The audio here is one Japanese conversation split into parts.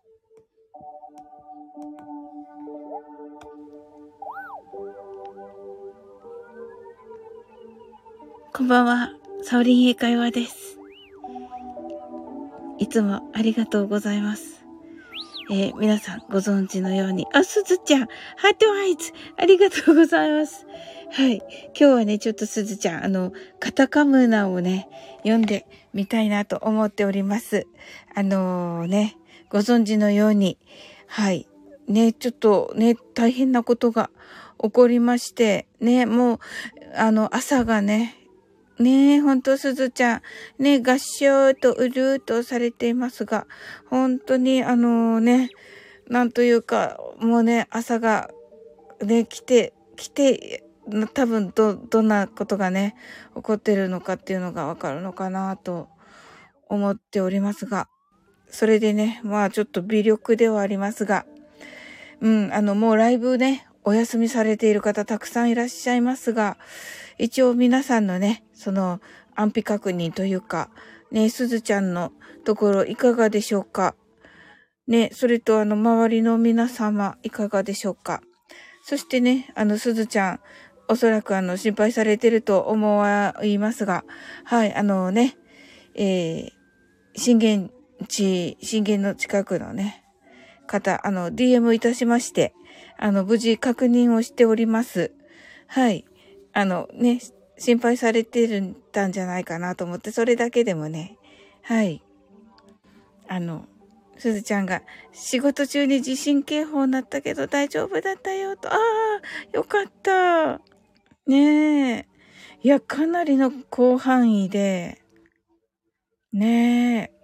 こんばんは、サオリン英会話です。いつもありがとうございます。皆さんご存知のように、すずちゃん、ハートアイズ、ありがとうございます。はい。今日はね、ちょっとすずちゃん、カタカムナをね、読んでみたいなと思っております。ご存知のように、はい。ね、ちょっとね、大変なことが起こりまして、ね、もう、朝がね、ねえ、ほんとすずちゃん、ね、合唱とうるーとされていますが、本当になんというか、もうね、朝がね、来て、多分どんなことがね、起こってるのかっていうのがわかるのかなと思っておりますが、それでね、まあちょっと微力ではありますが、もうライブね、お休みされている方たくさんいらっしゃいますが、一応皆さんのね、その安否確認というか、ね、すずちゃんのところいかがでしょうか。ね、それと周りの皆様いかがでしょうか。そしてね、すずちゃん、おそらく心配されてると思いますが、はい、震源の近くのね、方、DM いたしまして、無事確認をしております。はい。ね、心配されてたんじゃないかなと思って、それだけでもね、はい。すずちゃんが、仕事中に地震警報になったけど大丈夫だったよと、よかった。ねえ。いや、かなりの広範囲で、ねえ。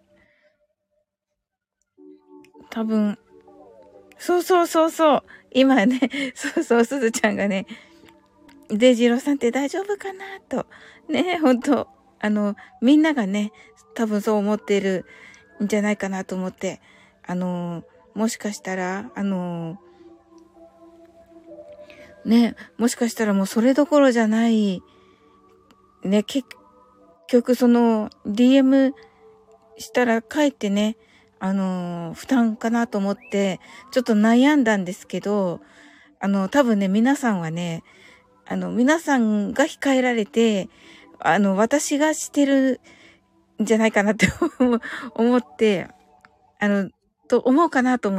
多分、そう。今ね、そう、すずちゃんがね、デイジローさんって大丈夫かなと。ね、本当みんながね、多分そう思っているんじゃないかなと思って、もしかしたら、もしかしたらもうそれどころじゃない、ね、結局DM したらかえってね、負担かなと思って、ちょっと悩んだんですけど、多分ね、皆さんはね、皆さんが控えられて、私がしてるんじゃないかなって思って、と思うかなと思って、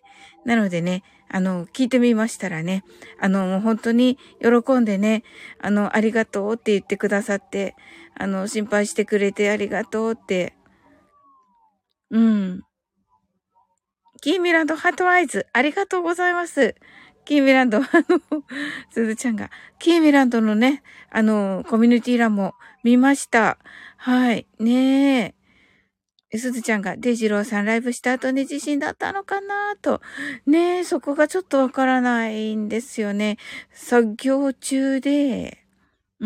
なのでね、聞いてみましたらね、もう本当に喜んでね、ありがとうって言ってくださって、心配してくれてありがとうって、うん。キーミランドハートアイズ、ありがとうございます。キーミランド、すずちゃんが、キーミランドのね、コミュニティ欄も見ました。はい。ねえ。すずちゃんが、デイジローさんライブした後に地震だったのかなと。ねえ、そこがちょっとわからないんですよね。作業中で、うん。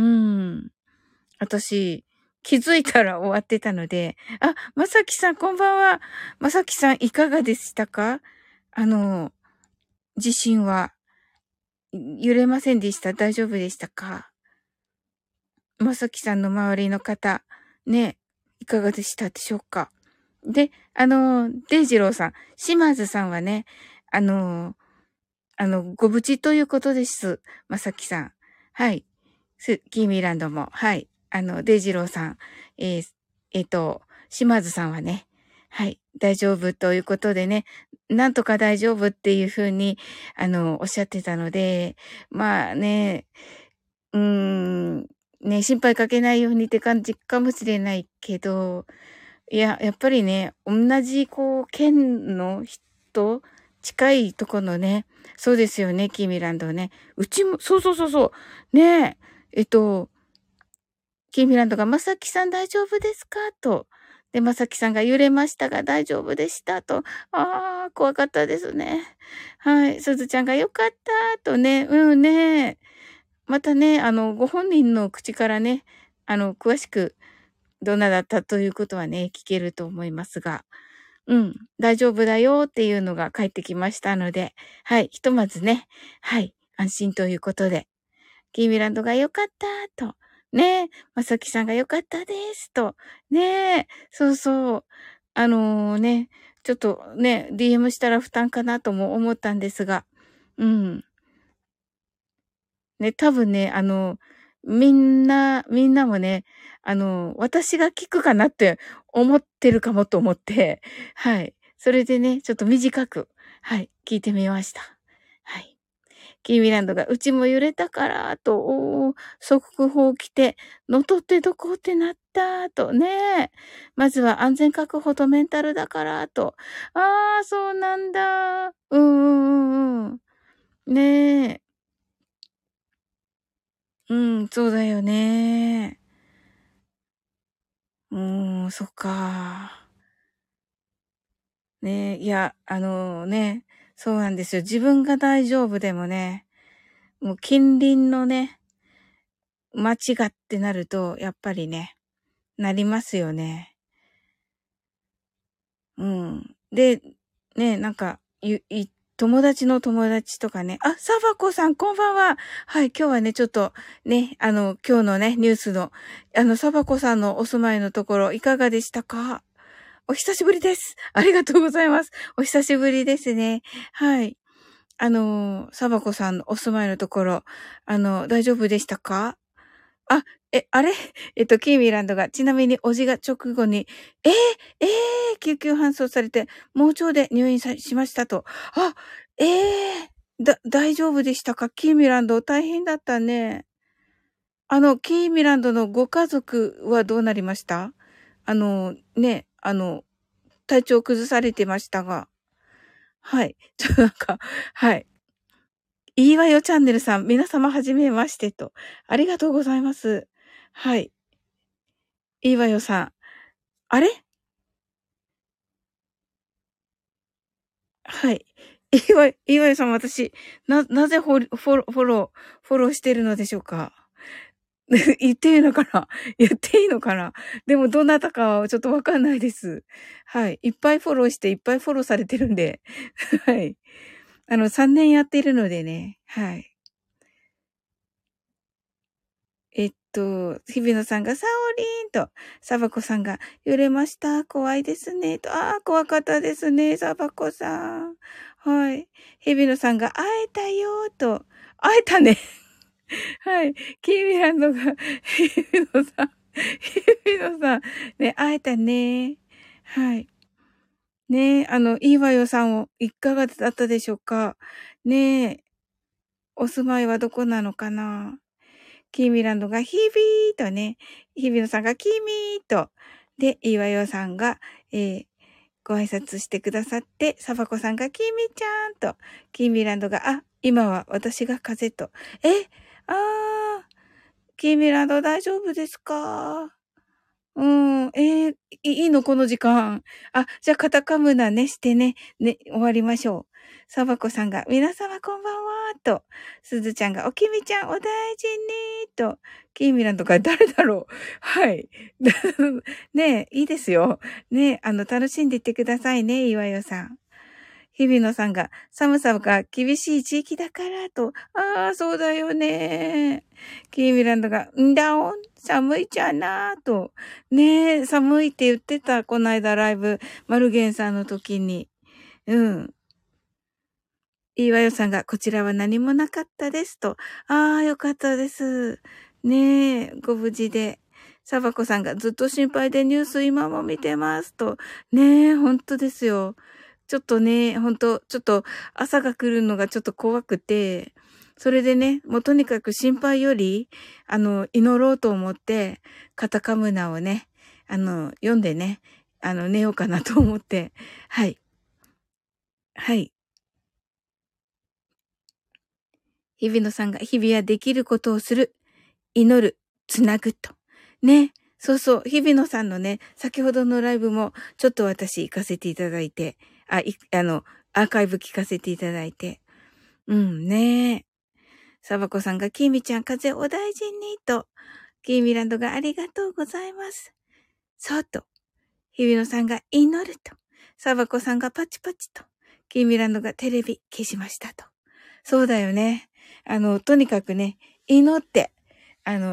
私、気づいたら終わってたので、まさきさんこんばんは。まさきさんいかがでしたか？地震は揺れませんでした？大丈夫でしたか？まさきさんの周りの方、ね、いかがでしたでしょうか？で、デイジローさん、島津さんはね、ご無事ということです。まさきさん。はい。キーミランドも、はい。デイジローさん、島津さんはね、はい。大丈夫ということでね、なんとか大丈夫っていうふうに、おっしゃってたので、まあね、うーん、ね、心配かけないようにって感じかもしれないけど、いや、やっぱりね、同じ、県の人、近いとこのね、そうですよね、キーミランドね。うちも、そう。ねえ、キーミランドが、まさきさん大丈夫ですかと。で、まさきさんが揺れましたが大丈夫でしたと。怖かったですね。はい。すずちゃんがよかったとね、うんね。またね、ご本人の口からね、詳しくどんなだったということはね、聞けると思いますが、うん、大丈夫だよっていうのが返ってきましたので、はい、ひとまずね、はい、安心ということで、キーミランドが良かったと、ねえ、まさきさんが良かったですと、ねえ、そう。ね、 ちょっとね、DM したら負担かなとも思ったんですが、うん。ね、多分ね、みんなもね、私が聞くかなって思ってるかもと思って、はい。それでね、ちょっと短く、はい、聞いてみました。はい。キーミランドが、うちも揺れたから、と、速報来て、能登ってどこってなった、とね。まずは安全確保とメンタルだから、と。ああ、そうなんだ。うんうんうんうん。ねえ。うん、そうだよね。そっか。ね、いや、ね、そうなんですよ。自分が大丈夫でもね、もう近隣のね、街がってなると、やっぱりね、なりますよね。うん。で、ね、なんか、友達の友達とかね、あ、サバコさん、こんばんは。はい、今日はね、ちょっと、ね、今日のね、ニュースの、サバコさんのお住まいのところ、いかがでしたか？お久しぶりです。ありがとうございます。お久しぶりですね。はい。サバコさんのお住まいのところ、大丈夫でしたか？あ、あれキーミランドが、ちなみにおじが直後に、えー、え救急搬送されて、盲腸で入院しましたと。あ、大丈夫でしたか？キーミランド、大変だったね。キーミランドのご家族はどうなりました？ね、体調崩されてましたが。はい。なんか、はい。いいわよチャンネルさん、皆様はじめましてと。ありがとうございます。はい。いいわよさん。あれはい。いわよさん、私、なぜフォローしてるのでしょうか？言っていいのかな？言っていいのかな？でも、どなたかはちょっとわかんないです。はい。いっぱいフォローして、いっぱいフォローされてるんで。はい。3年やっているのでね。はい。日比野さんがサオリーンと、サバコさんが揺れました。怖いですね。と、怖かったですね、サバコさん。はい。日比野さんが会えたよと、会えたね。はい。キーミランドが、日比野さん、日比野さん、ね、会えたね。はい。ねいいわよさんを、いかがだったでしょうか？ねえ、お住まいはどこなのかな？キーミランドがヒビーとね、日比野さんがキミーと、で、岩代さんが、ご挨拶してくださって、サバコさんがキミちゃんと、キーミランドが、今は私が風と、あキーミランド大丈夫ですか？うん、いいのこの時間。じゃあ、カタカムナね、してね、終わりましょう。サバコさんが、皆様こんばんは、と、すずちゃんが、おきみちゃんお大事に、と、キーミランとか誰だろう？はい。ねいいですよ。ね楽しんでいってくださいね、岩代さん。日比野さんが、寒さが厳しい地域だからと、そうだよね。キーミランドが、寒いじゃなと。ねえ、寒いって言ってた、この間ライブ、マルゲンさんの時に。うん。いいわよさんが、こちらは何もなかったですと。よかったです。ねえ、ご無事で。サバコさんがずっと心配でニュース今も見てますと。ねえ、本当ですよ。ちょっとね、本当ちょっと朝が来るのがちょっと怖くて、それでね、もうとにかく心配より、祈ろうと思って、カタカムナをね、読んでね、寝ようかなと思って、はい。はい。日比野さんが日々はできることをする。祈る。つなぐと。ね。そうそう。日比野さんのね、先ほどのライブもちょっと私行かせていただいて、アーカイブ聞かせていただいて。うんね。サバコさんがキーミちゃん風邪お大事にと。キーミランドがありがとうございます。そうと。日比野さんが祈ると。サバコさんがパチパチと。キーミランドがテレビ消しましたと。そうだよね。とにかくね、祈って、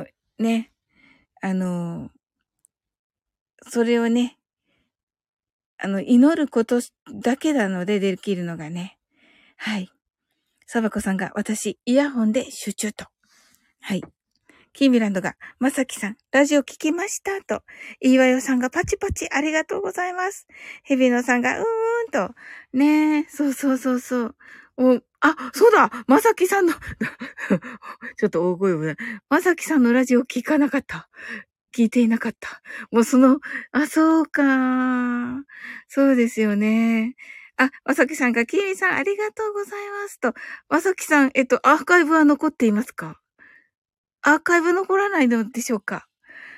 ね、それをね、 祈ることだけなのでできるのがね。はい。サバコさんが、私、イヤホンで集中と。はい。キーミランドが、まさきさん、ラジオ聞きましたと。いいわよさんがパチパチありがとうございます。ヘビノさんが、と。ねえ、そうそうそうそう。そうだまさきさんのちょっと大声を、まさきさんのラジオ聞かなかった。聞いていなかった。もうそうか。そうですよね。まさきさんが、キーミさんありがとうございますと。まさきさん、アーカイブは残っていますか？アーカイブ残らないのでしょうか？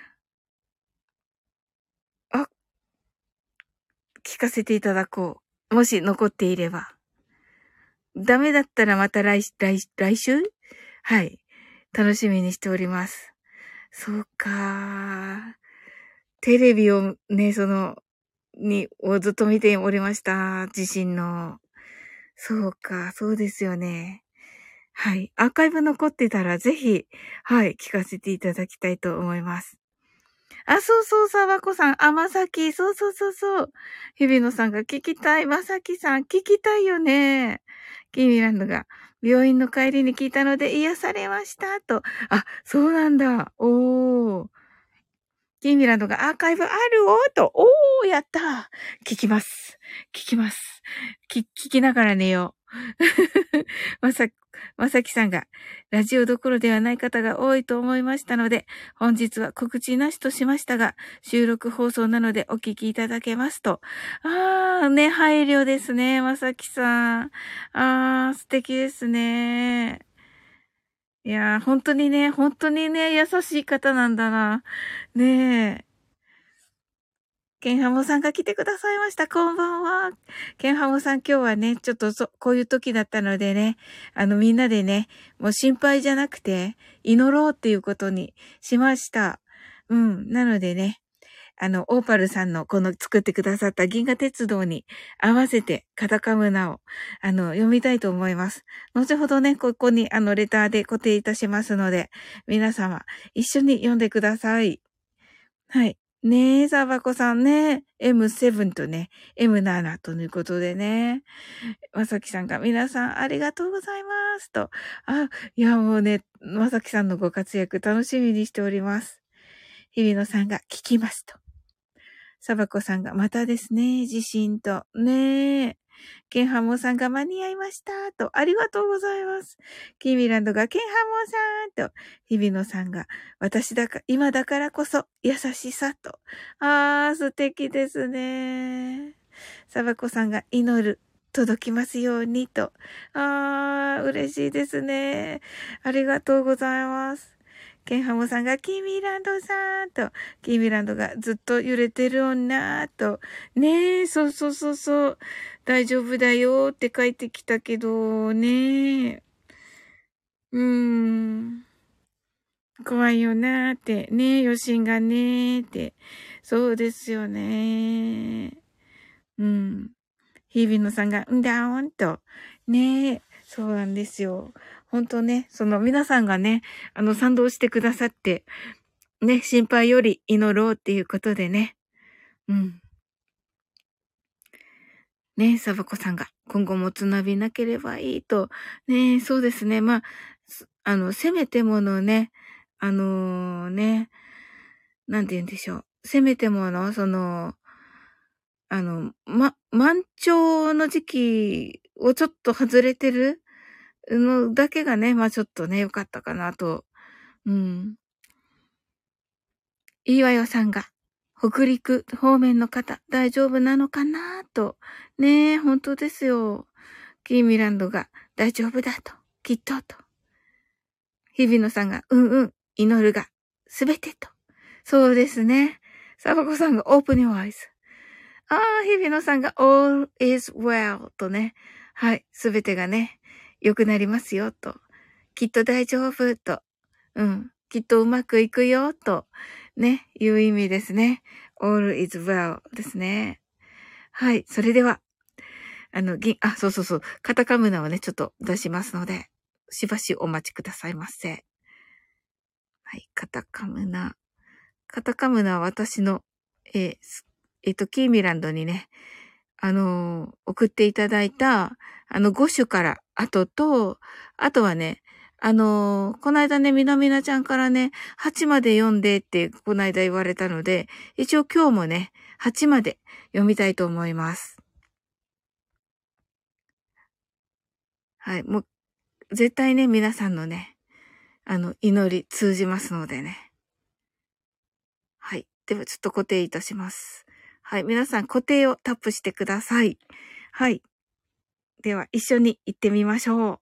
あ、聞かせていただこう。もし残っていれば。ダメだったらまた来週はい。楽しみにしております。そうか。テレビをね、をずっと見ておりました。地震の。そうか、そうですよね。はい。アーカイブ残ってたらぜひ、はい、聞かせていただきたいと思います。そうそう、さわこさん。まさき、そうそうそうそう。日比野さんが聞きたい。まさきさん、聞きたいよね。キーミランドが、病院の帰りに聞いたので癒されました。と。そうなんだ。おー。キーミランドがアーカイブあると。やった。聞きます。聞きます。聞きながら寝よう。まさきさんが、ラジオどころではない方が多いと思いましたので、本日は告知なしとしましたが、収録放送なのでお聞きいただけますと。ね、配慮ですね、まさきさん。素敵ですね。いやー、本当にね、優しい方なんだな。ねえ。ケンハモさんが来てくださいました。こんばんは。ケンハモさん今日はね、ちょっとこういう時だったのでね、みんなでね、もう心配じゃなくて、祈ろうっていうことにしました。なのでね、オーパルさんのこの作ってくださった銀河鉄道に合わせてカタカムナを、読みたいと思います。後ほどね、ここにレターで固定いたしますので、皆様一緒に読んでください。はい。ねえ、サバコさんね。M7 とね、M7 ということでね。まさきさんが皆さんありがとうございますと。いやもうね、まさきさんのご活躍楽しみにしております。日比野さんが聞きますと。サバコさんがまたですね、地震と。ねえ。ケンハモさんが間に合いましたと。ありがとうございます。キーミランドがケンハモさんと。日比野さんが今だからこそ優しさと。素敵ですね。サバコさんが祈る。届きますようにと。嬉しいですね。ありがとうございます。ケンハモさんが、キーミランドさんと、キーミランドがずっと揺れてる女と、ねえ、そうそうそうそう、大丈夫だよって書いてきたけど、ねえ、怖いよなーって、ねえ、余震がねーって、そうですよねー。日比野さんが、んだーんと、ねえ、そうなんですよ。本当ね、皆さんがね、賛同してくださって、ね、心配より祈ろうっていうことでね。ね、サバコさんが今後もつなびなければいいと。ね、そうですね。せめてものね、なんて言うんでしょう。せめてもの、満潮の時期をちょっと外れてるのだけがね、ちょっとね、良かったかなと。いいわよさんが、北陸方面の方、大丈夫なのかなと。ねえ、本当ですよ。キーミランドが、大丈夫だと。きっと、と。日比野さんが、祈るが、すべてと。そうですね。サバコさんが、open your eyes。日比野さんが、all is well とね。はい、すべてがね、良くなりますよ、と。きっと大丈夫、と。きっとうまくいくよ、と。ね、いう意味ですね。all is well ですね。はい。それでは、そうそうそう。カタカムナをね、ちょっと出しますので、しばしお待ちくださいませ。はい。カタカムナ。カタカムナは私の、 キーミランドにね、送っていただいた、5種から後と、あとはね、この間ね、みなみなちゃんからね、8まで読んでって、この間言われたので、一応今日もね、8まで読みたいと思います。はい、もう、絶対ね、皆さんのね、祈り通じますのでね。はい。では、ちょっと固定いたします。はい。皆さん、固定をタップしてください。はい。では、一緒に行ってみましょう。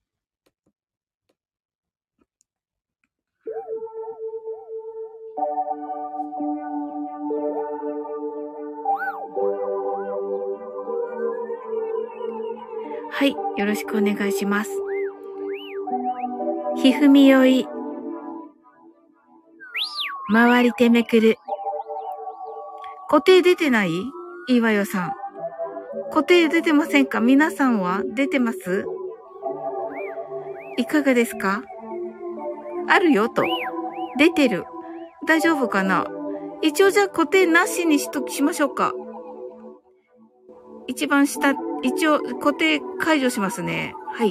はい。よろしくお願いします。ひふみよい。回りてめくる。固定出てない？いいわよさん。固定出てませんか？皆さんは出てます？いかがですか？あるよと。出てる。大丈夫かな？一応じゃあ固定なしにしましょうか。一番下、一応固定解除しますね。はい。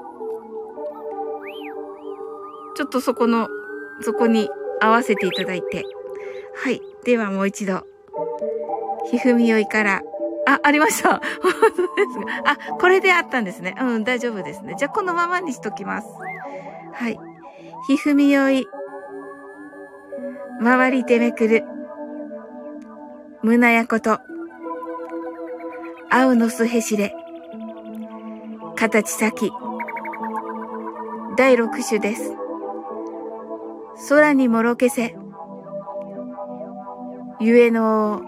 ちょっとそこに合わせていただいて。はい。ではもう一度。ひふみよいから。ありました。本当ですが。これであったんですね。うん、大丈夫ですね。じゃあこのままにしときます。はい。ひふみよい。回りてめくる。胸やこと。青のすへしれ。形先。第6種です。空にもろけせ。ゆえの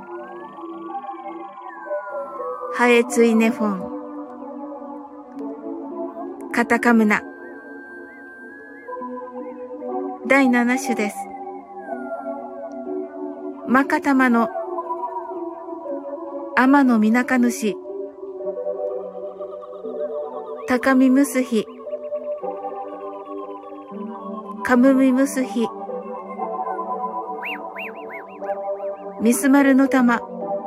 ハエツイネフォン。カタカムナ。第7種です。マカタマの天のみなかぬし。高みむすひ。かむみむすひ。ミスマルの玉。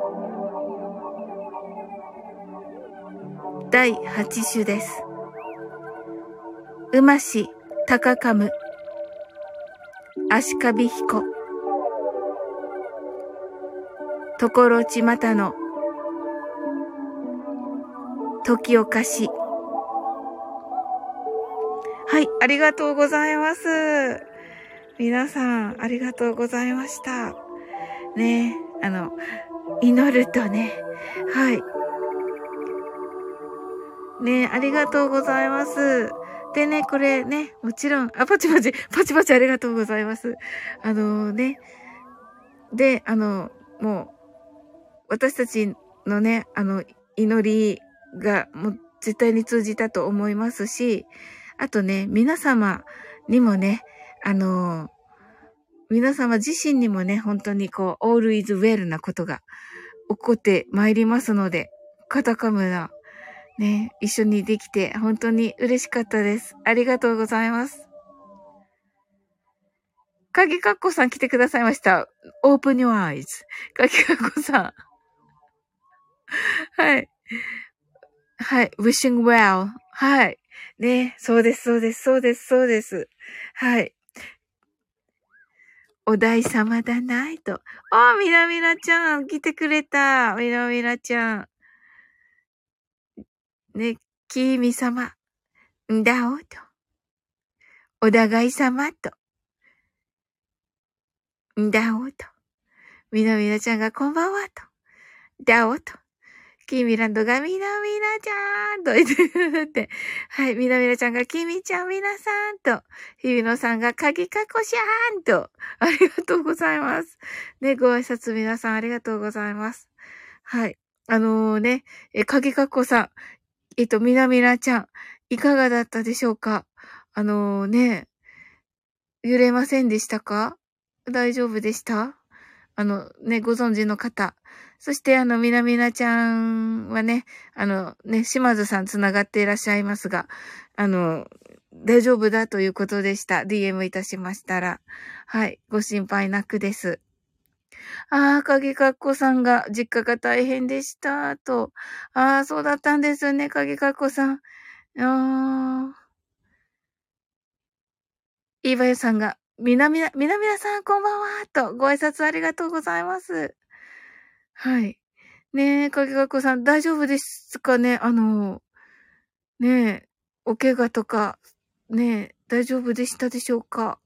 第8種です。うまし、たかかむ。あしかびひこ。ところちまたの。時をかし。はい、ありがとうございます。皆さん、ありがとうございました。ね、祈るとね、はい。ね、ありがとうございます。でね、これね、もちろん、パチパチありがとうございます。ね、で、もう、私たちのね、祈りがもう絶対に通じたと思いますし、あとね、皆様にもね、皆様自身にもね、本当にこう、all is well なことが起こってまいりますので、カタカムナ、ね、一緒にできて本当に嬉しかったです。ありがとうございます。かぎかっこさん来てくださいました。Open your eyes. かぎかっこさん。はい。はい。wishing well. はい。ね、そうです。はい。お大様だないと。みなみなちゃん、来てくれた。みなみなちゃん。ね、君様。んだおと。お互い様と。んだおと。みなみなちゃんがこんばんはと。だおと。キーミランドがみなみなちゃんと言ってくれて。はい、みなみなちゃんがキミちゃんみなさんと。日比野さんがかぎかこしゃーんと。ありがとうございます。ね、ご挨拶皆さんありがとうございます。はい。ね、かぎかこさん、みなみなちゃん、いかがだったでしょうか？ね、揺れませんでしたか？大丈夫でした？ね、ご存知の方。そして、みなみなちゃんはね、ね、島津さんつながっていらっしゃいますが、大丈夫だということでした。DM いたしましたら。はい、ご心配なくです。 ああ、鍵かっこさんが、実家が大変でした、と。ああ、そうだったんですね、鍵かっこさん。ああ、いいわよさんが、みなみなさんこんばんは、と、ご挨拶ありがとうございます。はい。ねえ、かぎかこさん、大丈夫ですかねねえ、お怪我とか、ねえ、大丈夫でしたでしょうか？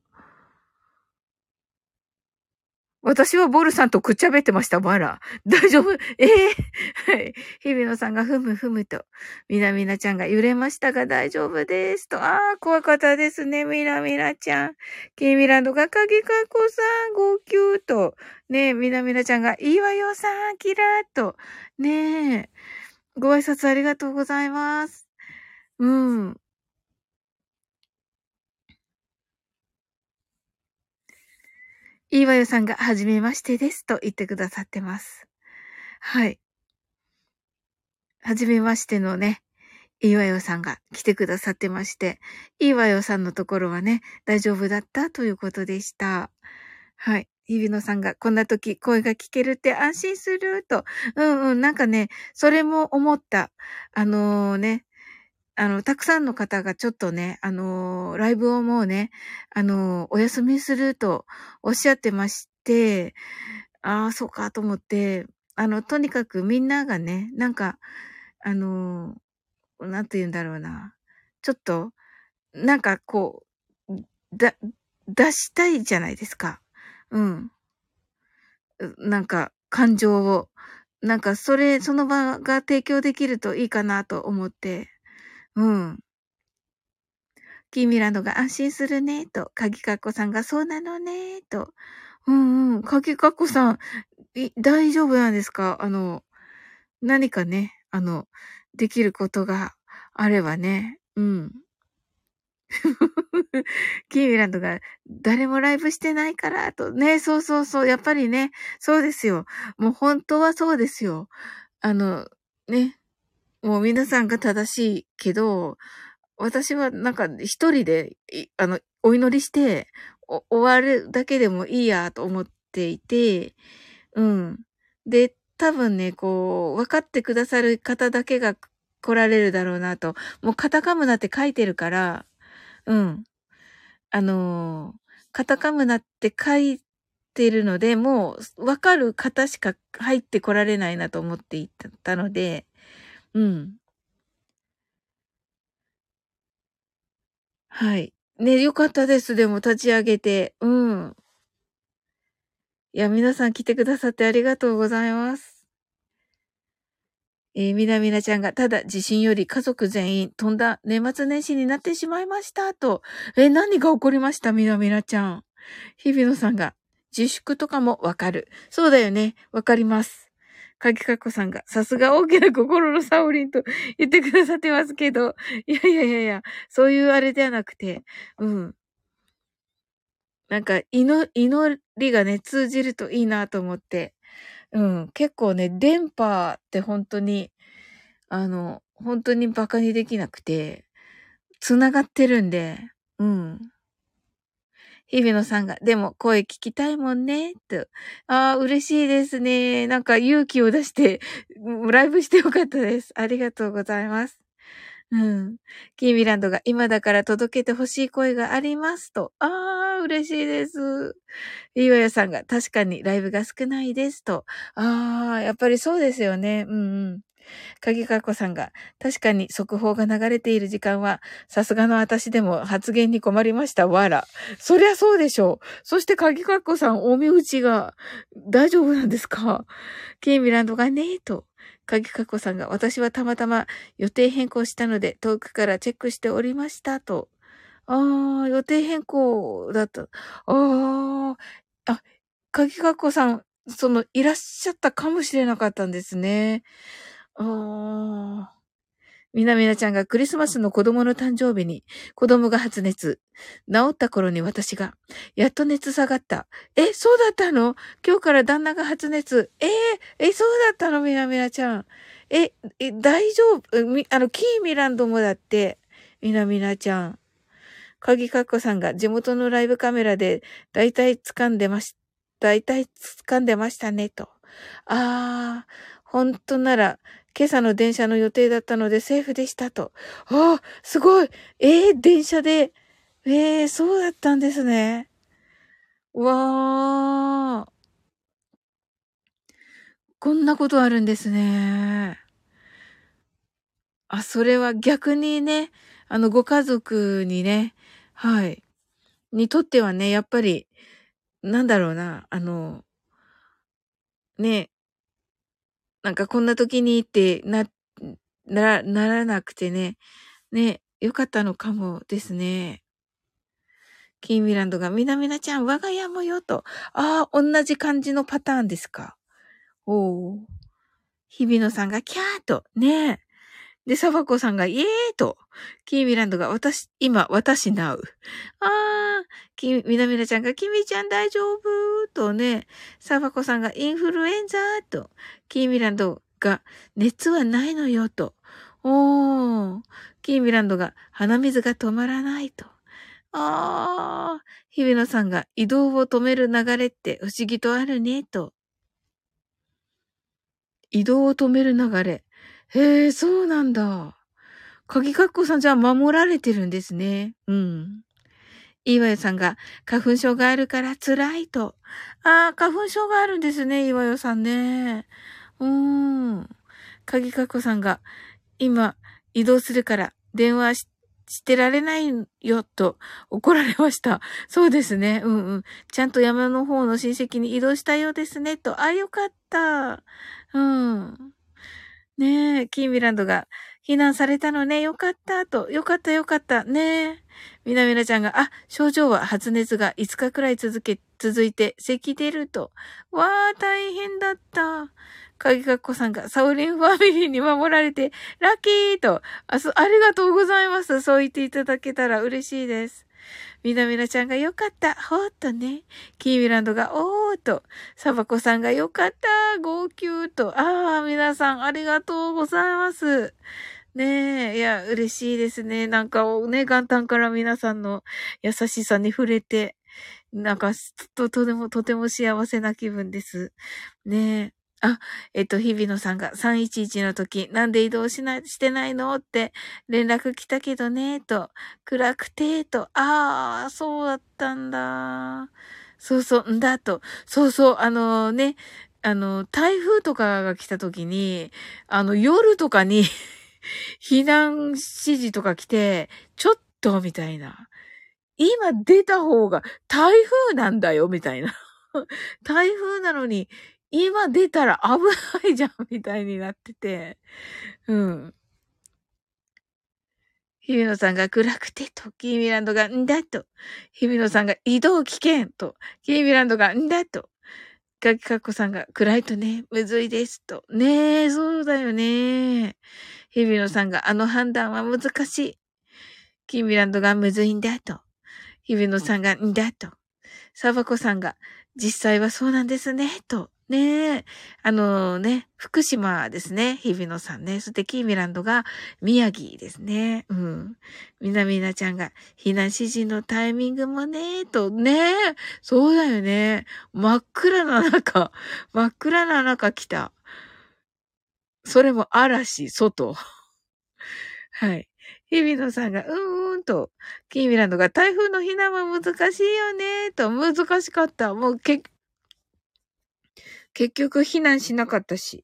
私はボルさんとくっちゃべってました、わら。大丈夫はい。日比野さんがふむふむと。みなみなちゃんが揺れましたが大丈夫です。と。ああ、怖かったですね、みなみなちゃん。キーミランドがかぎかこさん、号泣と。ねえ、みなみなちゃんがいいわよさん、キラーと。ねえ、ご挨拶ありがとうございます。うん。いいわよさんが、はじめましてです。と言ってくださってます。はい。はじめましてのね、いいわよさんが来てくださってまして、いいわよさんのところはね、大丈夫だったということでした。はい。日比野さんがこんな時声が聞けるって安心すると。うんうん。なんかね、それも思った。ね、たくさんの方がちょっとね、ライブをもうね、お休みするとおっしゃってまして、ああ、そうかと思って、とにかくみんながね、なんか、あのなんて言うんだろうな。ちょっと、なんかこう、出したいじゃないですか。うん。なんか、感情を。なんか、その場が提供できるといいかなと思って。うん。キーミランドが安心するね、と。鍵かっこさんがそうなのね、と。うんうん。鍵かっこさん、大丈夫なんですか？何かね、できることがあればね。うん。キーミランドが、誰もライブしてないから、と。ね、そうそうそう。やっぱりね、そうですよ。もう本当はそうですよ。ね、もう皆さんが正しいけど、私はなんか一人で、お祈りして、終わるだけでもいいやと思っていて、うん。で、多分ね、こう、分かってくださる方だけが来られるだろうなと。もうカタカムナって書いてるから、うん。カタカムナって書いてるので、もうわかる方しか入ってこられないなと思っていたので、うん。はい。ね、良かったです。でも立ち上げて。うん。いや、皆さん来てくださってありがとうございます。みなみなちゃんが、ただ地震より家族全員飛んだ年末年始になってしまいました、と。何が起こりましたみなみなちゃん。日比野さんが、自粛とかもわかる。そうだよね。わかります。かきかこさんが、さすが大きな心のサオリンと言ってくださってますけど、いやいやいやいや、そういうあれではなくて、うん。なんか、祈りがね、通じるといいなと思って、うん。結構ね、電波って本当に、本当に馬鹿にできなくて、繋がってるんで、うん。日比野さんが、でも声聞きたいもんね、と。ああ、嬉しいですね。なんか勇気を出して、ライブしてよかったです。ありがとうございます。うん。キーミランドが今だから届けてほしい声がありますと。ああ、嬉しいです。岩屋さんが確かにライブが少ないですと。ああ、やっぱりそうですよね。うんうん。鍵かっこさんが、確かに速報が流れている時間は、さすがの私でも発言に困りました。わら。そりゃそうでしょう。そして鍵かっこさん、お身内が、大丈夫なんですか？キーミランドがね、と。鍵かっこさんが、私はたまたま予定変更したので、遠くからチェックしておりました、と。ああ、予定変更だった。ああ、あ、鍵かっこさん、いらっしゃったかもしれなかったんですね。ああ。みなみなちゃんがクリスマスの子供の誕生日に子供が発熱。治った頃に私が、やっと熱下がった。そうだったの？今日から旦那が発熱。そうだったのみなみなちゃん。大丈夫キーミランドもだって、みなみなちゃん。かぎかっこさんが地元のライブカメラでだいたい掴んでまし大体掴んでましたね、と。本当なら、今朝の電車の予定だったのでセーフでしたと。すごい。電車で。そうだったんですね。わー。こんなことあるんですね。それは逆にね、ご家族にね、はい。にとってはね、やっぱり、なんだろうな、ね、なんかこんな時にってならなくてね、ね、よかったのかもですね。キーミランドが、みなみなちゃん、我が家もよと。同じ感じのパターンですか。おー。日比野さんが、キャーと。ねえ。で、サバコさんが、イエーと。キーミランドが、私なう。みなみなちゃんが、キミちゃん大丈夫とね。サバコさんが、インフルエンザと。キーミランドが、熱はないのよと。キーミランドが、鼻水が止まらないと。日比野さんが、移動を止める流れって不思議とあるねと。移動を止める流れ。へえ、そうなんだ。鍵かっこさんじゃあ守られてるんですね。うん。岩代さんが花粉症があるから辛いと。花粉症があるんですね、岩代さんね。鍵かっこさんが今移動するから電話してられないよと怒られました。そうですね。ちゃんと山の方の親戚に移動したようですねと。よかった。ねえ、キーミランドが、避難されたのね、よかったと、よかったよかった、ねえ。みなみなちゃんが、症状は発熱が5日くらい続いて、咳出ると。わー、大変だった。かぎかっこさんが、サオリンファミリーに守られて、ラッキーと、ありがとうございます。そう言っていただけたら嬉しいです。みなみなちゃんがよかった。ほーっとね。キーミランドがおーっと。サバコさんがよかった。号泣と。皆さんありがとうございます。ねえ、いや、嬉しいですね。なんかね、元旦から皆さんの優しさに触れて、なんか、とても幸せな気分です。ねえ。日比野さんが311の時、なんで移動してないのって連絡来たけどね、と。暗くて、と。そうだったんだ。そうそう、んだと。そうそう、台風とかが来た時に、夜とかに避難指示とか来て、ちょっと、みたいな。今出た方が台風なんだよ、みたいな。台風なのに、今出たら危ないじゃん、みたいになってて。うん。日比野さんが暗くてと、キーミランドがんだと。日比野さんが移動危険と、キーミランドがんだと。ガキカッコさんが暗いとね、むずいですと。ねえ、そうだよね。日比野さんがあの判断は難しい。キーミランドがむずいんだと。日比野さんがんだと。サバコさんが実際はそうなんですね、と。ねえ。福島ですね。日比野さんね。そしてキーミランドが宮城ですね。うん。みなみなちゃんが避難指示のタイミングもね、とね。そうだよね。真っ暗な中来た。それも嵐、外。はい。日比野さんが、と、キーミランドが台風の避難は難しいよね、と、難しかった。もう結局避難しなかったし。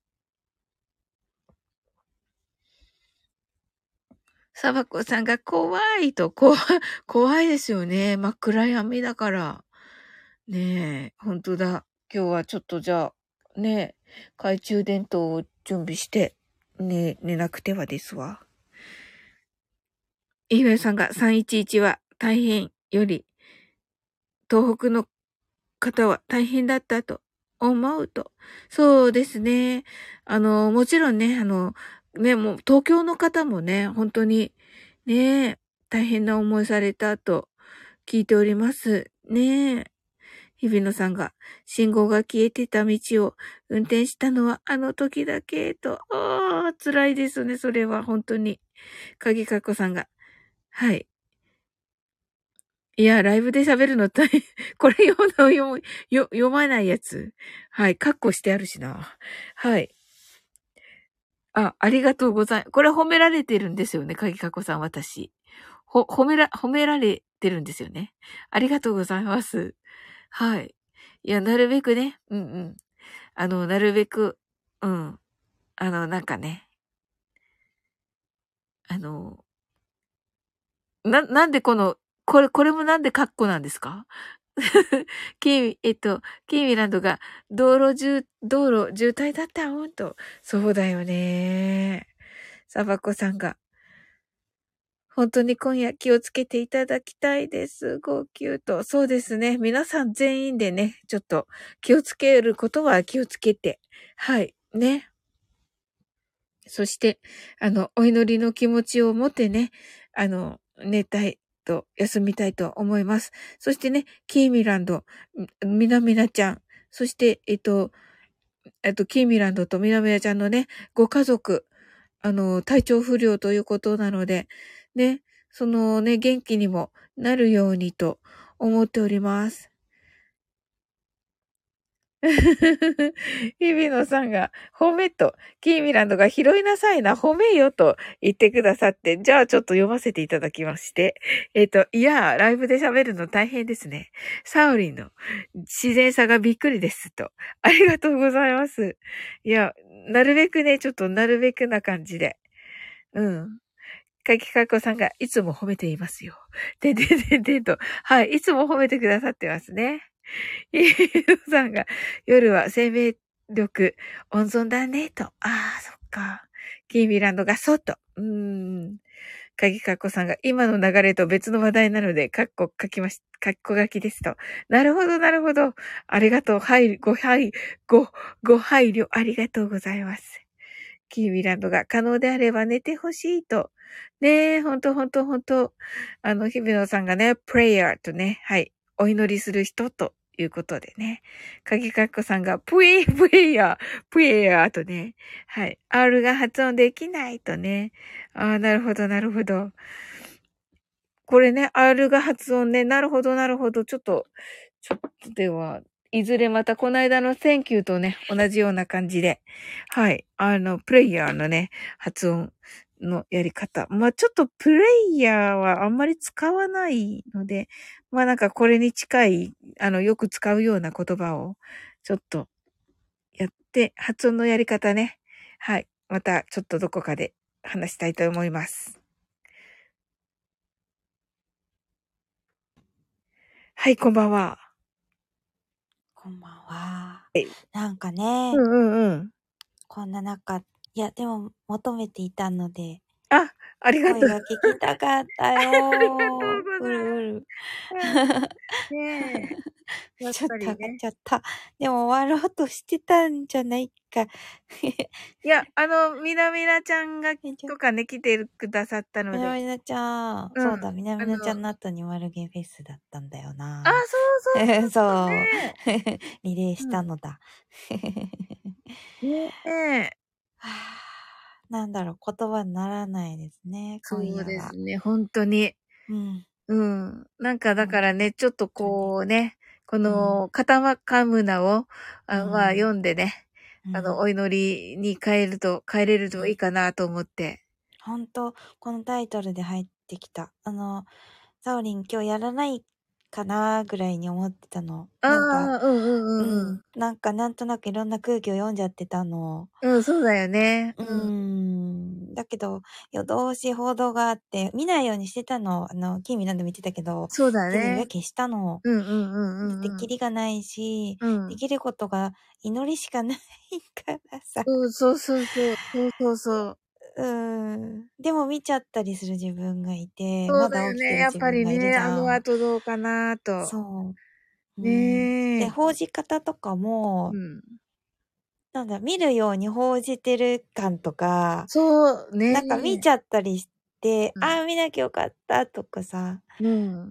サバコさんが怖いと、怖いですよね。真っ暗闇だから。ねえ、本当だ。今日はちょっとじゃあ、ねえ、懐中電灯を準備して、寝なくてはですわ。イフエさんが311は大変より、東北の方は大変だったと思うと。そうですね。もちろんね、もう東京の方もね、本当にね、大変な思いされたと聞いております。ね。日比野さんが信号が消えてた道を運転したのはあの時だけと。辛いですね。それは本当に。鍵かっこさんが。はい。 いや、ライブで喋るの大変。これ読まないやつ。はい。カッコしてあるしな。はい。ありがとうございます。これ褒められてるんですよね、かぎかこさん、私。褒められてるんですよね。ありがとうございます。はい。いや、なるべくね、うんうん。なるべく、うん。なんかね、あの、なんでこれもなんでカッコなんですか？キーミランドが道路渋滞だったほんと。そうだよね。サバコさんが、本当に今夜気をつけていただきたいです。号泣と。そうですね。皆さん全員でね、ちょっと気をつけることは気をつけて。はい。ね。そして、お祈りの気持ちを持ってね、寝たいと、休みたいと思います。そしてね、キーミランド、みなみなちゃん、そして、キーミランドとみなみなちゃんのね、ご家族、体調不良ということなので、ね、そのね、元気にもなるようにと思っております。日比野さんが、褒めと、キーミランドが拾いなさいな、褒めよと言ってくださって、じゃあちょっと読ませていただきまして。いや、ライブで喋るの大変ですね。サオリンの自然さがびっくりですと。ありがとうございます。いや、なるべくね、ちょっとなるべくな感じで。うん。かきかこさんがいつも褒めていますよ。てんと。はい、いつも褒めてくださってますね。イエローさんが、夜は生命力温存だね、と。ああ、そっか。キーミランドが、そっと。かぎかこさんが、今の流れと別の話題なので、カッコ書きですと。なるほど、なるほど。ありがとう。ご配慮ありがとうございます。キーミランドが、可能であれば寝てほしいと。ねえ、ほんと。日比野さんがね、プレイヤーとね、はい、お祈りする人ということでね。かぎかっこさんが、プレイヤーとね、はい、R が発音できないとね。ああ、なるほど。これね、R が発音ね、なるほど。ちょっとでは、いずれまたこの間の Thank you とね、同じような感じで、はい、プレイヤーのね、発音のやり方。まあ、ちょっとプレイヤーはあんまり使わないので、まあなんかこれに近い、よく使うような言葉を、ちょっとやって、発音のやり方ね。はい。またちょっとどこかで話したいと思います。はい、こんばんは。 こんばんは。 はい。 なんかね、こんな中、いや、でも求めていたので、 あ、ありがとう。 声が聞きたかったよありがとうー。 ございうるうる。 ます。ねえ。やっちょっと上がっぱりね。 ちゃった。でも終わろうとしてたんじゃないか。 いや、みなみなちゃんが、とかね、来てくださったので。 みなみなちゃん、 うん。 そうだ、みなみなちゃんの後に丸毛フェスだったんだよあ、 な。 そうそう。 ね。 リレーしうん。 たのだ。 ねえ。 はあ、なんだろう、言葉にならないですね、今そう夜は。 ですね、ほんとに。 うん。 うん。なんかだ本からね、ちょっと当に。 こうね、こうん。 の、カタカムナを、まあ、 うん。 読んでね、 うん。 お祈りに変えれるといいかなと思って。 本当このタイトルで入ってきた。サオリン今日やらないかなぐらいに思ってたの。 あなんか、 あ、うん。 なんかなんとなくいろんな空気を読んじゃってたの。 うん、そうだよね。 だけど、夜通し報道があって、見ないようにしてたの。キーミ何度も言ってたけど、 そうだテレビはね。 消したの。だってキリがないし、できることが祈りしかないからさ。 うん、そう。 でも見ちゃったりする自分がいて、 そうまだよね。 だ起きてるやっ自分がいるぱりね、あのじゃん。 後どうかなと。 そう。で、 ねえ。 報じ方とかも、 うん。 なんだ、見るように報じてる感とか、 そう、ねなんか見え。 ちゃったりして、 うん。 ああ、見なきゃよかったとかさ、 うん。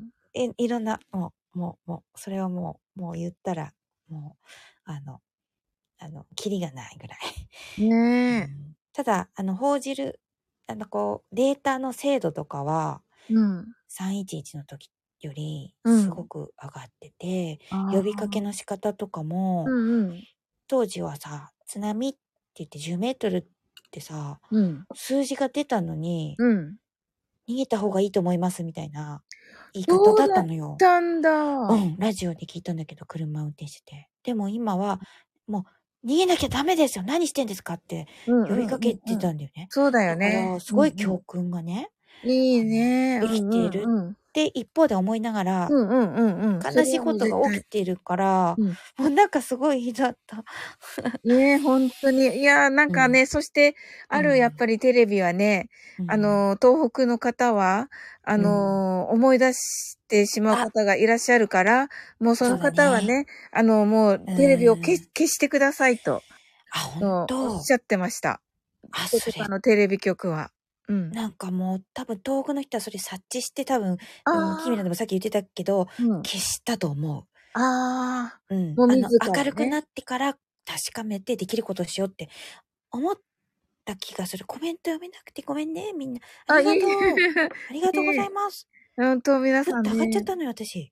いろんな、それはもう言ったら、もう、キリがないぐらい。 ねえ。 ただ、報じる、データの精度とかは、 うん。 311の時よりうんすごく上がってて、 あ呼びかけーの仕方とかも、 うん当時はさ、津波って言って10メートルってさ、 うん数字が出たのに、 うん逃げた方がいいと思いますみたいな言い方だっそうだったのよ。 たんだ。 ラジオで聞いたんだけど、車運転してて。でも今は、もう、逃げなきゃダメですよ、何してんですかって呼びかけてたんだよね。 そうだよだから、 ね。 すごい教訓がね、 いいね。 生きているって一方で思いながら、悲しいことが起きているから、もうなんかすごい日だった。 ねえ、本当に。いや、なんかね、そして、やっぱりテレビはね、東北の方は、思い出してしまう方がいらっしゃるから、もうその方はね、もうテレビを消してくださいと、 本当おっしゃってました。 それ。 テレビ局は。 なんかもう多分東北の人はそれ察知して多分、キミラでもさっき言ってたけど、消したと思う。明るくなってから確かめてできることをしようって思った気がする。コメント読めなくてごめんね、みんな。ありがとう。ありがとうございます。 本当皆さんね。 ふっと上がっちゃったのよ、私。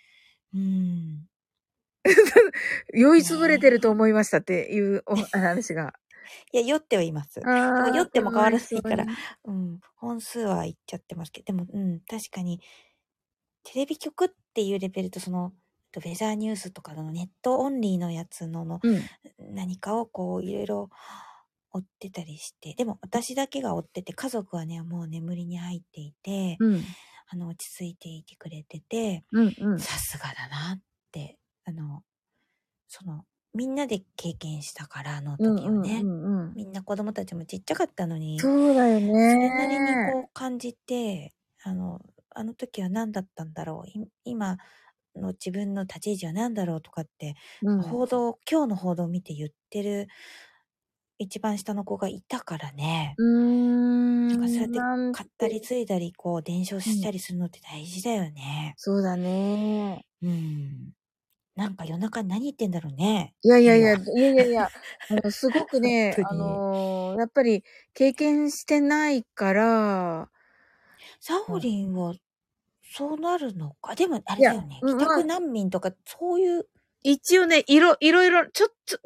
酔いつぶれてると思いましたっていうお話が。 いや、酔ってはいます。でも酔っても変わらないから、本数は言っちゃってますけど、でも、確かに、テレビ局っていうレベルと、ウェザーニュースとかのネットオンリーのやつの、何かをこう、いろいろ追ってたりして、でも私だけが追ってて、家族はね、もう眠りに入っていて、落ち着いていてくれてて、さすがだなって、みんなで経験したから、あの時はね。みんな子供たちもちっちゃかったのに、 そうだよね。 それなりにこう感じて、あの時は何だったんだろう。今の自分の立ち位置は何だろうとかって、今日の報道を見て言ってる一番下の子がいたからね。なんかそうやって買ったり継いだり、こう伝承したりするのって大事だよね。 そうだね。 なんか夜中に何言ってんだろうね。 いや、すごくね、やっぱり経験してないから、 サオリンはそうなるのか。でもあれだよね。帰宅難民とかそういう。 一応ね、いろいろ、ちょっと、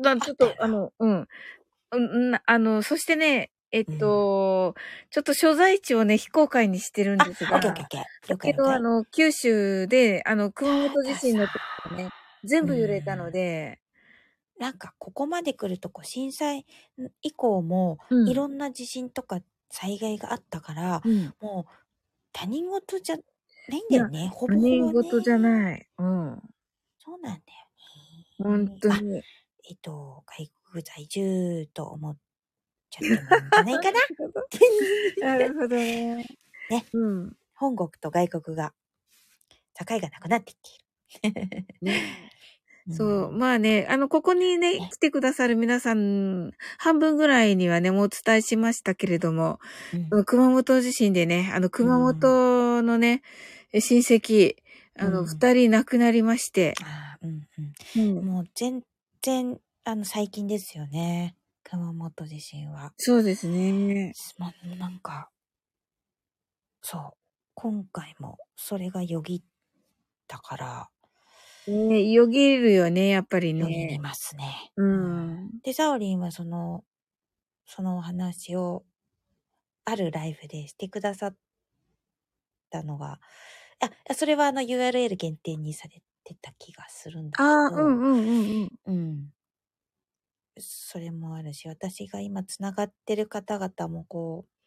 そしてね、ちょっと所在地をね、非公開にしてるんですが。 オッケー。了解。 九州で、熊本地震の時はね、全部揺れたので。 なんか、ここまで来ると、震災以降も、いろんな地震とか災害があったから、もう、他人事じゃないんだよね。ほぼほぼ、ね。 他人事じゃない。 そうなんだよね。 本当に。 外国在住と思っちゃってもいいんじゃないかな。 なるほどね。 ね。本国と外国が、境がなくなってきている。 そう。まあね、ここにね、来てくださる皆さん、半分ぐらいにはね、もうお伝えしましたけれども、熊本地震でね、熊本のね、親戚、二人亡くなりまして。 もう全然、最近ですよね。熊本地震は。 そうですね。 なんか、そう。今回も、それがよぎったから。 よぎるよね、やっぱりね。 よぎりますね。で、サオリンはそのお話を、あるライブでしてくださったのが、それはURL 限定にされてた気がするんだけど。それもあるし、私が今つながってる方々もこう、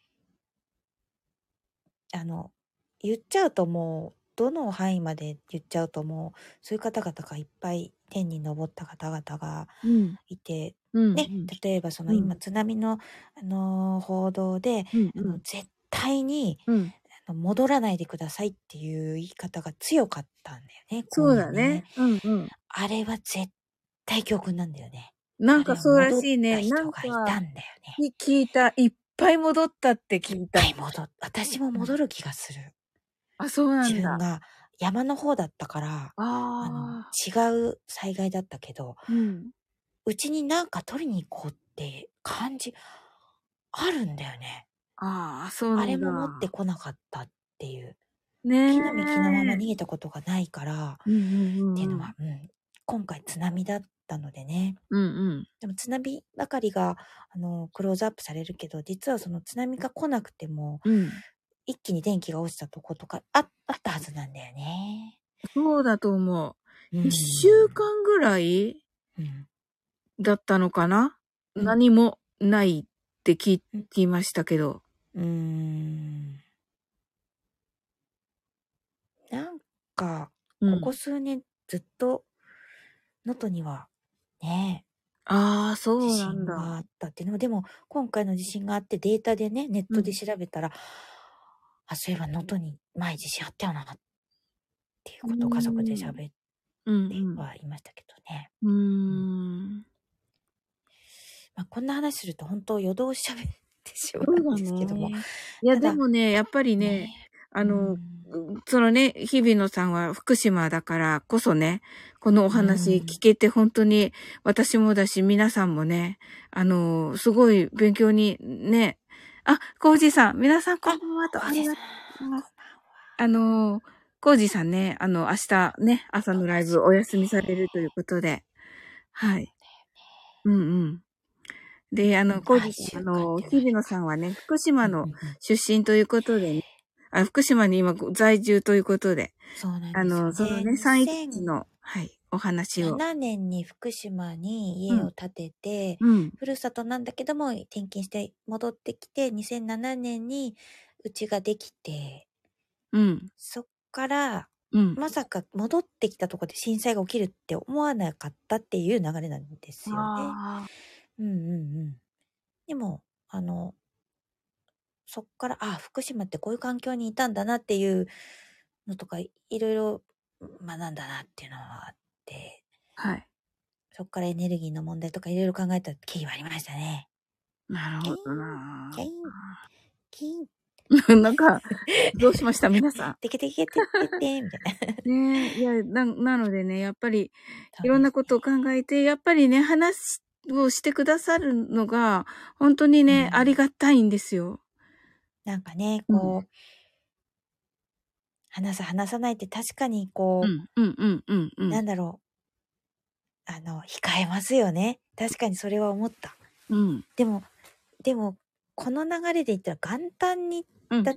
言っちゃうともう、どの範囲まで言っちゃうともう、そういう方々がいっぱい天に昇った方々がいて、ね、例えば今津波の、報道で、絶対に、戻らないでくださいっていう言い方が強かったんだよね。 そうだね。 あれは絶対教訓なんだよね。 なんかそうらしいね。 なんか人がいたんだよね。 聞いた。いっぱい戻ったって聞いた。 私も戻る気がする。 そうなんだ。 自分が山の方だったから、違う災害だったけど、うちになんか取りに行こうって感じ、あるんだよね。 そうなんだ。 あれも持ってこなかったっていう。 ね木の幹のまま逃げたことがないから、 うんうんうん。 っていうのは、今回津波だったのでね。 うんうん。 でも津波ばかりが、クローズアップされるけど、実はその津波が来なくても、 うん。 一気に電気が落ちたとことかあったはずなんだよね。 そうだと思う。 うん一週間ぐらいうんだったのかな、 うん何もないって聞きましたけど。 なんか、 うん。 ここ数年ずっと、能登には、ね、 ああ、 地そうなん震があだ。 ったっていうのも、でも、今回の地震があってデータでね、ネットで調べたら、あ、そういえば能登に前地震あったよな、っていうことを家族で喋ってはいましたけどね。まあ、こんな話すると本当夜通し喋ってしまうんですけども。 ね。いや、でもね、やっぱりね、そのね、日比野さんは福島だからこそね、このお話聞けて本当に私もだし皆さんもね、すごい勉強にね、あ、コウジさん、皆さんこんばんはと、ありがとうございます。コウジさんね、明日ね、朝のライブお休みされるということで、はい。うんうん。で、コウジさん、日比野さんはね、福島の出身ということでね、福島に今在住ということで、 そうなんですよね。 そのね、311の、はい、お話を。 7年に福島に家を建てて、ふるさとなんだけども転勤して戻ってきて、2007年にうちができて、そっから、まさか戻ってきたところで震災が起きるって思わなかったっていう流れなんですよね。でも、そっから、福島ってこういう環境にいたんだなっていうのとか、いろいろ学んだなっていうのはあって、 はい。 そっからエネルギーの問題とかいろいろ考えた経緯はありましたね。 なるほどなキーン。 なんか、どうしました皆さん。 てけてけててて、みたいな。 ねえ、いや、なのでね、やっぱり、いろんなことを考えて、やっぱりね、話をしてくださるのが、本当にね、ありがたいんですよ。 なんかね、こう、話さないって確かにこう、なんだろう、控えますよね。確かにそれは思った。でも、この流れで言ったら元旦に、だって、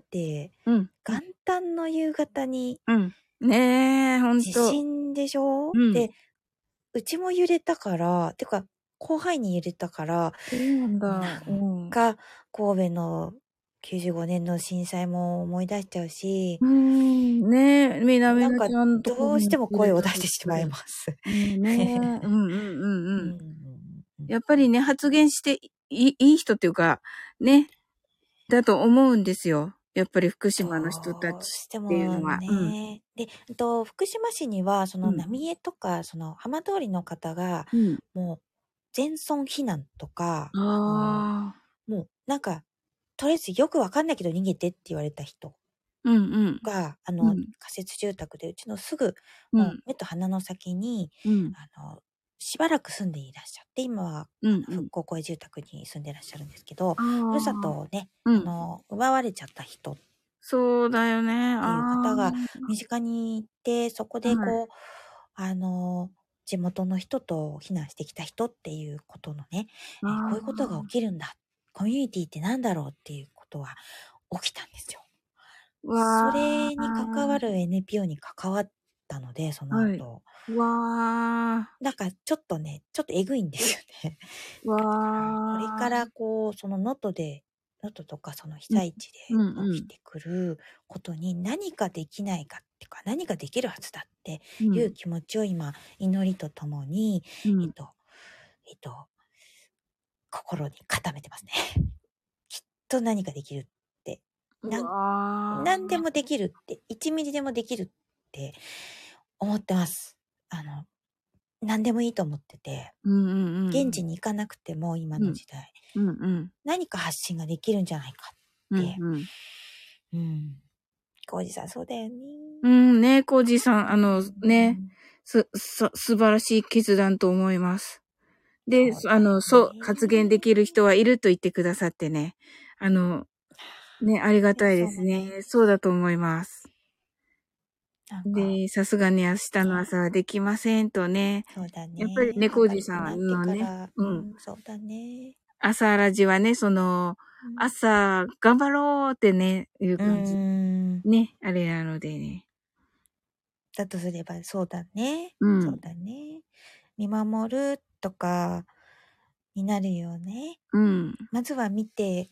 元旦の夕方に、 ねえ、ほんと。 地震でしょ、で、うちも揺れたから、てか、広範囲に揺れたから、なんか、神戸の95年の震災も思い出しちゃうし、 ねえ、南野ちゃんとどうしても声を出してしまいます。 ねえ、やっぱりね、発言していい人っていうか、ね、だと思うんですよ。やっぱり福島の人たちっていうのは。 で、福島市には、その浪江とか、その浜通りの方が、もう、全村避難とか、もう、なんか、とりあえずよくわかんないけど逃げてって言われた人が、仮設住宅で、うちのすぐ、もう目と鼻の先に、しばらく住んでいらっしゃって、今は、復興公営住宅に住んでいらっしゃるんですけど、ふるさとをね、奪われちゃった人。 そうだよね。 っていう方が身近にいて、そこでこう、地元の人と避難してきた人っていうことのね、こういうことが起きるんだ。コミュニティってなんだろうっていうことは起きたんですよ。それに関わる NPO に関わったので、その後。なんかちょっとえぐいんですよね。これからこう、その能登とかその被災地で起きてくることに何かできないかっていうか、何かできるはずだっていう気持ちを今、祈りとともに、心に固めてますね。きっと何かできるって。何でもできるって、1ミリでもできるって思ってます。何でもいいと思ってて、現地に行かなくても今の時代、何か発信ができるんじゃないかって。コージさんそうだよね。 ね、コージさん、素晴らしい決断と思います。で、発言できる人はいると言ってくださってね。ね、ありがたいですね。そうだと思います。 で、さすがに明日の朝はできませんとね。 そうだね。 やっぱり猫おじさんのね、 そうだね。 朝ラジはね、朝頑張ろうってね、いう感じ。ね、あれなのでね。 だとすれば、そうだね。 うん。 そうだね。見守るとか、になるよね。 うん。 まずは見て、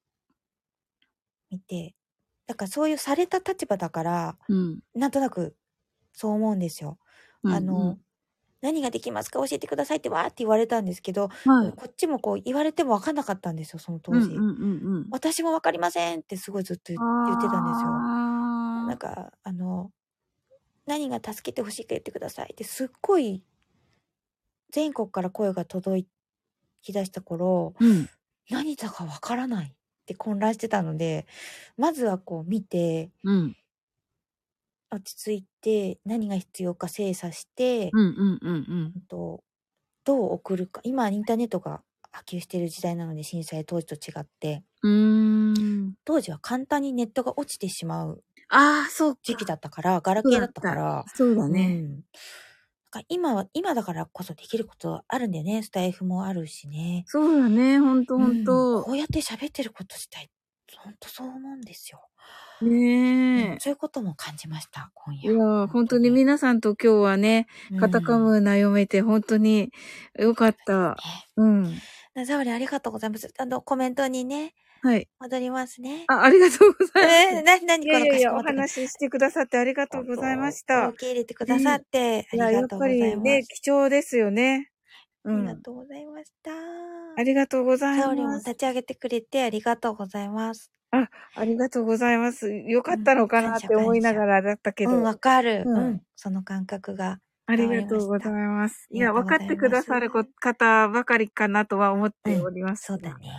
だからそういうされた立場だから、なんとなくそう思うんですよ。何ができますか教えてくださいってわーって言われたんですけど、こっちもこう言われても分かんなかったんですよ、その当時。私も分かりませんってすごいずっと言ってたんですよ。なんか、何が助けてほしいか言ってくださいってすっごい全国から声が届き出した頃、何だか分からないって混乱してたので、まずはこう見て、落ち着いて何が必要か精査して、どう送るか。今インターネットが波及している時代なので、震災当時と違って、当時は簡単にネットが落ちてしまう時期だったから、ガラケーだったから、 そうだね。 今だからこそできることあるんだよね。スタイフもあるしね。 そうだね、ほんと。 こうやって喋ってること自体、ほんとそう思うんですよ。 ねえ。 そういうことも感じました、今夜。 いや、本当に皆さんと今日はね、カタカムーナ読めて本当によかった。 ザオリありがとうございます。コメントにね、戻りますね。 ありがとうございます。 何このかしこまった。 お話ししてくださってありがとうございました。 受け入れてくださってありがとうございます。やっぱりね、 貴重ですよね。 ありがとうございました。 ありがとうございます。 ザオリも立ち上げてくれてありがとうございます。 ありがとうございます。よかったのかなって思いながらだったけど。 わかる。その感覚が。 ありがとうございます。いや、分かってくださる方ばかりかなとは思っております。 そうだね。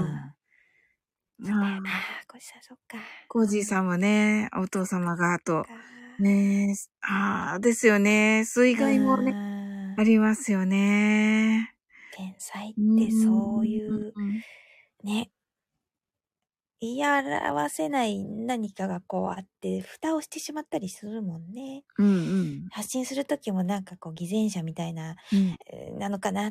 コジさん、そっか。 コージーさんはね、お父様が、ねですよね。水害もね、ありますよね。 天才ってそういう、ね、言い表せない何かがこうあって、蓋をしてしまったりするもんね。発信するときもなんかこう偽善者みたいな、なのかなって、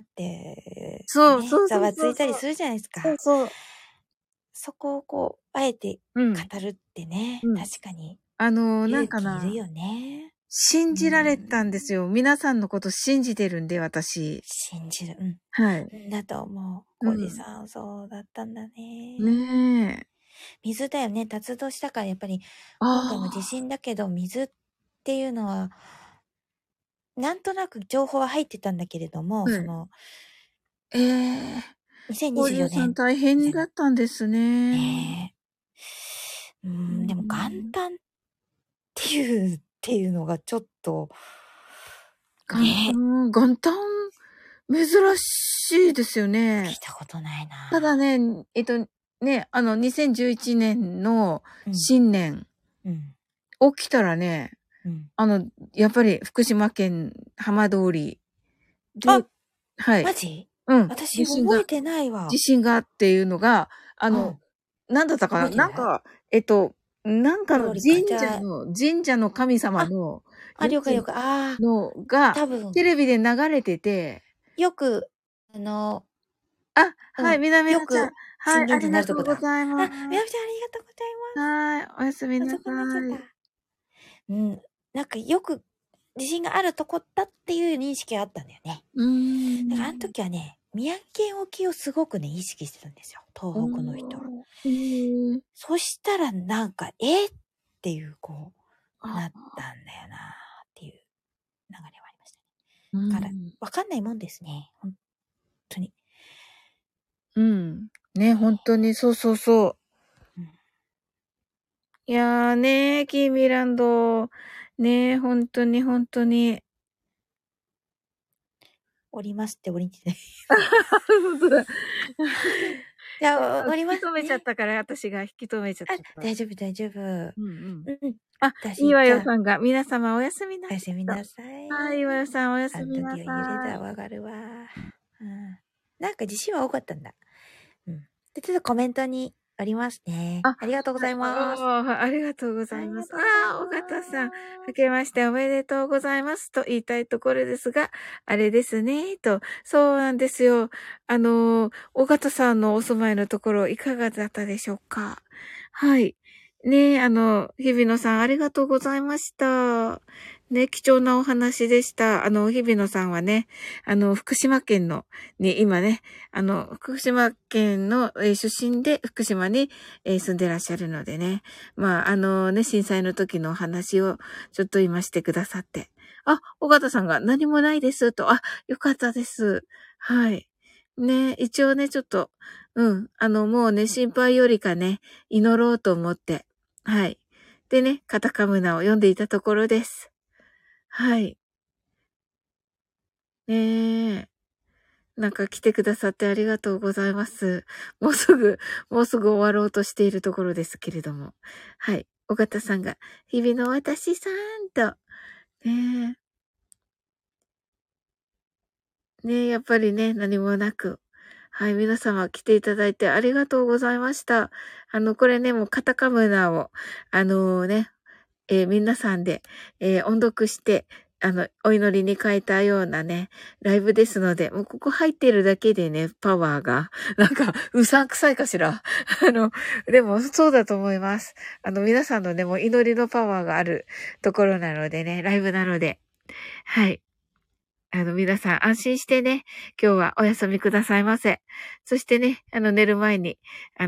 ざわついたりするじゃないですか。そこをこう、あえて語るってね、確かに。勇気いるよね。 信じられたんですよ。皆さんのこと信じてるんで、私。 信じる。 はい。 だと思う。コージさん、そうだったんだね。 ねえ。 水だよね。達動したからやっぱり、今回も地震だけど、水っていうのは、なんとなく情報は入ってたんだけれども、2024 年。大変だったんですね。 でも元旦っていうのがちょっと、 元旦、珍しいですよね。 聞いたことないな。 ただね、2011年の新年、起きたらね、やっぱり福島県浜通りで、 マジ？私覚えてないわ。 地震がっていうのが、なんだったかな、なんかの神社の神様の、 了解。 のが、テレビで流れてて、 よく、 はい、みなみなちゃん。はい、ありがとうございます。 みなみちゃんありがとうございます。 はい、おやすみなさい。 なんかよく地震があるとこだっていう認識があったんだよね。だからあの時はね、宮城県沖をすごくね、意識してたんですよ。東北の人は。そしたらなんか、っていう、こう、なったんだよなっていう流れはありましたね。だから、わかんないもんですね。本当に。 ね、本当に、そう。いやーね、キーミランド。ね、本当に。 降りますって降りてない。 本当だ。 いや、降ります、ね。 引き止めちゃったから、私が引き止めちゃった。 大丈夫。 いわよさんが、皆様おやすみなさい。 おやすみなさい。 はい、いわよさんおやすみなさい。 あの時は揺れた、わかるわ。なんか地震は多かったんだ。で、ちょっとコメントにありますね。 あ、 ありがとうございます。 ありがとうございます。尾形さん、明けましておめでとうございますと言いたいところですが、あれですね、と。そうなんですよ。尾形さんのお住まいのところ、いかがだったでしょうか？はい。ね、日比野さん、ありがとうございました。ね、貴重なお話でした。日比野さんはね、福島県に今ね、福島県の出身で福島に住んでらっしゃるのでね。まあ、震災の時のお話をちょっと今してくださって。あ、尾形さんが何もないですと。あ、よかったです。はい。ね、一応ね、ちょっと、もうね、心配よりかね、祈ろうと思って。はい。でね、カタカムナを読んでいたところです。はい。ねえ。なんか来てくださってありがとうございます。もうすぐ終わろうとしているところですけれども。はい。尾形さんが、日々の私さんと、ねえ、ねえ、やっぱりね、何もなく。はい、皆様来ていただいてありがとうございました。これね、もうカタカムナを、皆さんで、音読して、お祈りに変えたようなね、ライブですので、もうここ入ってるだけでね、パワーが、なんか、うさんくさいかしら。でも、そうだと思います。皆さんのね、もう祈りのパワーがあるところなのでね、ライブなので、はい。皆さん安心してね、今日はお休みくださいませ。そしてね、寝る前に、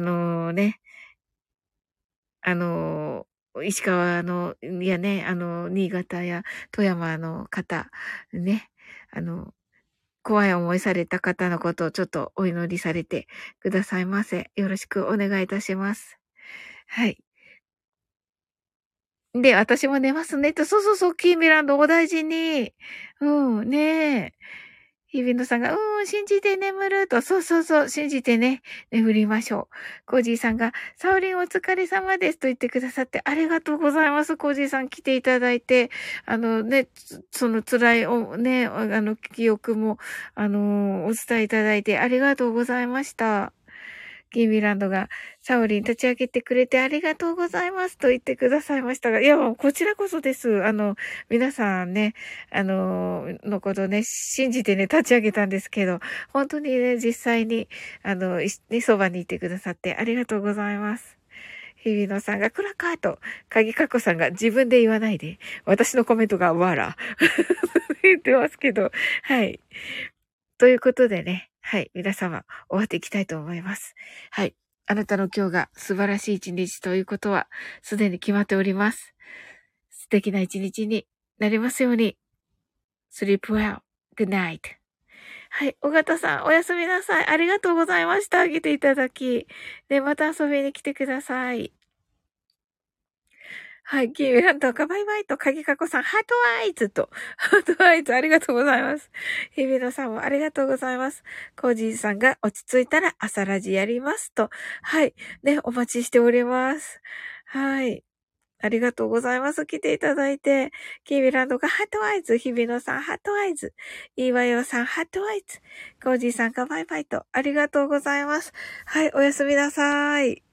あの石川の、いやね、新潟や富山の方、ね、怖い思いされた方のことをちょっとお祈りされてくださいませ。よろしくお願いいたします。はい。で、私も寝ますねと、そうそうそう、キーミランドお大事に。うん、ねえ。日比野さんが、信じて眠ると、そうそうそう、信じてね、眠りましょう。コージーさんが、サオリンお疲れ様ですと言ってくださって、ありがとうございます。コージーさん来ていただいて、その辛い記憶も、お伝えいただいて、ありがとうございました。キーミランドが、サオリン立ち上げてくれてありがとうございますと言ってくださいましたが、いや、もうこちらこそです。皆さんね、のことね、信じてね、立ち上げたんですけど、本当にね、実際に、そばにいてくださってありがとうございます。日比野さんがクラカーと、鍵かこさんが自分で言わないで、私のコメントがわら、言ってますけど、はい。ということでね、はい、皆様終わっていきたいと思います。はい。あなたの今日が素晴らしい一日ということは、すでに決まっております。素敵な一日になりますように。sleep well. good night. はい。尾形さん、おやすみなさい。ありがとうございました。来ていただき。で、また遊びに来てください。はい。キーミランドがバイバイと、鍵かこさん、ハートアイズと、ハートアイズありがとうございます。日比野さんもありがとうございます。コージーさんが落ち着いたら朝ラジやりますと。はい。ね、お待ちしております。はい。ありがとうございます。来ていただいて。キーミランドがハートアイズ、日比野さんハートアイズ、イーワヨさんハートアイズ、コージーさんがバイバイと、ありがとうございます。はい。おやすみなさい。